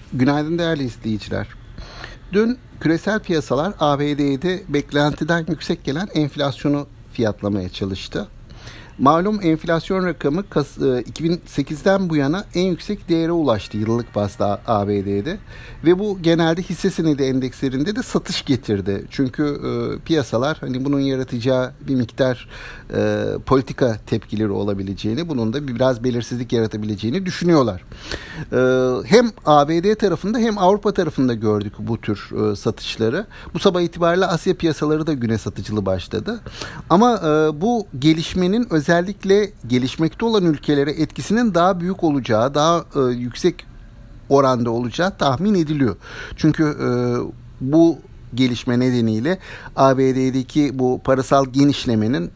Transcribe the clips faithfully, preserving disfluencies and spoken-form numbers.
Günaydın değerli izleyiciler. Dün küresel piyasalar A B D'de beklentiden yüksek gelen enflasyonu fiyatlamaya çalıştı. Malum enflasyon rakamı iki bin sekizden bu yana en yüksek değere ulaştı yıllık bazda A B D'de. Ve bu genelde hisse senedi endekslerinde de satış getirdi. Çünkü e, piyasalar hani bunun yaratacağı bir miktar e, politika tepkileri olabileceğini, bunun da biraz belirsizlik yaratabileceğini düşünüyorlar. E, hem A B D tarafında hem Avrupa tarafında gördük bu tür e, satışları. Bu sabah itibariyle Asya piyasaları da güne satıcılı başladı. Ama e, bu gelişmenin özellikle özellikle gelişmekte olan ülkelere etkisinin daha büyük olacağı, daha e, yüksek oranda olacağı tahmin ediliyor. Çünkü e, bu gelişme nedeniyle A B D'deki bu parasal genişlemenin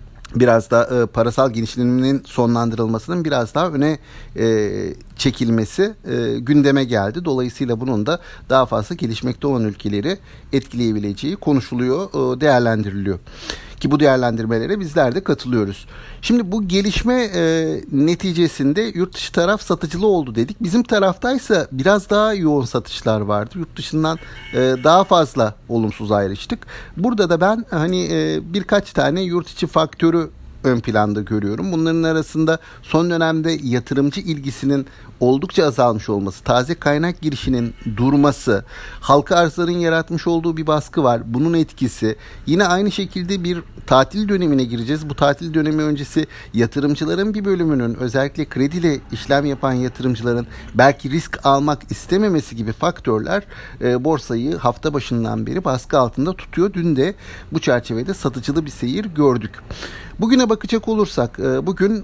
biraz da e, parasal genişlemenin sonlandırılmasının biraz daha öne e, çekilmesi e, gündeme geldi. Dolayısıyla bunun da daha fazla gelişmekte olan ülkeleri etkileyebileceği konuşuluyor, e, değerlendiriliyor. Ki bu değerlendirmelere bizler de katılıyoruz. Şimdi bu gelişme e, neticesinde yurt dışı taraf satıcılı oldu dedik. Bizim taraftaysa biraz daha yoğun satışlar vardı. Yurt dışından e, daha fazla olumsuz ayrıştık. Burada da ben hani e, birkaç tane yurt içi faktörü ön planda görüyorum. Bunların arasında son dönemde yatırımcı ilgisinin oldukça azalmış olması, taze kaynak girişinin durması, halka arzların yaratmış olduğu bir baskı var. Bunun etkisi. Yine aynı şekilde bir tatil dönemine gireceğiz. Bu tatil dönemi öncesi yatırımcıların bir bölümünün, özellikle krediyle işlem yapan yatırımcıların belki risk almak istememesi gibi faktörler e, borsayı hafta başından beri baskı altında tutuyor. Dün de bu çerçevede satıcılı bir seyir gördük. Bugüne bakacak olursak, bugün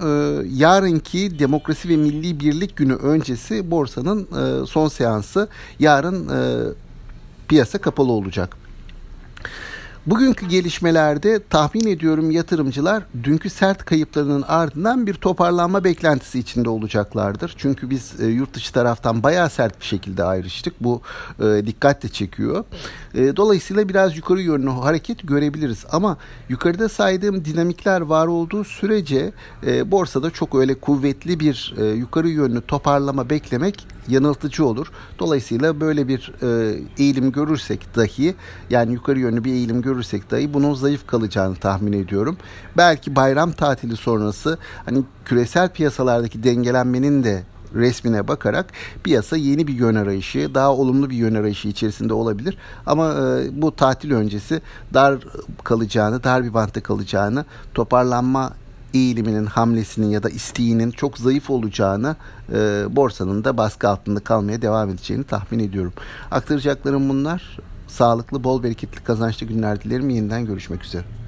yarınki Demokrasi ve Milli Birlik Günü öncesi borsanın son seansı, yarın piyasa kapalı olacak. Bugünkü gelişmelerde tahmin ediyorum yatırımcılar dünkü sert kayıplarının ardından bir toparlanma beklentisi içinde olacaklardır. Çünkü biz e, yurt dışı taraftan bayağı sert bir şekilde ayrıştık. Bu e, dikkat de çekiyor. E, dolayısıyla biraz yukarı yönlü hareket görebiliriz. Ama yukarıda saydığım dinamikler var olduğu sürece e, borsada çok öyle kuvvetli bir e, yukarı yönlü toparlama beklemek yanıltıcı olur. Dolayısıyla böyle bir e, eğilim görürsek dahi, yani yukarı yönlü bir eğilim görürsek dahi bunun zayıf kalacağını tahmin ediyorum. Belki bayram tatili sonrası hani küresel piyasalardaki dengelenmenin de resmine bakarak piyasa yeni bir yön arayışı, daha olumlu bir yön arayışı içerisinde olabilir. Ama e, bu tatil öncesi dar kalacağını, dar bir bantta kalacağını, toparlanma eğiliminin, hamlesinin ya da isteğinin çok zayıf olacağını, e, borsanın da baskı altında kalmaya devam edeceğini tahmin ediyorum. Aktaracaklarım bunlar. Sağlıklı, bol bereketli, kazançlı günler dilerim. Yeniden görüşmek üzere.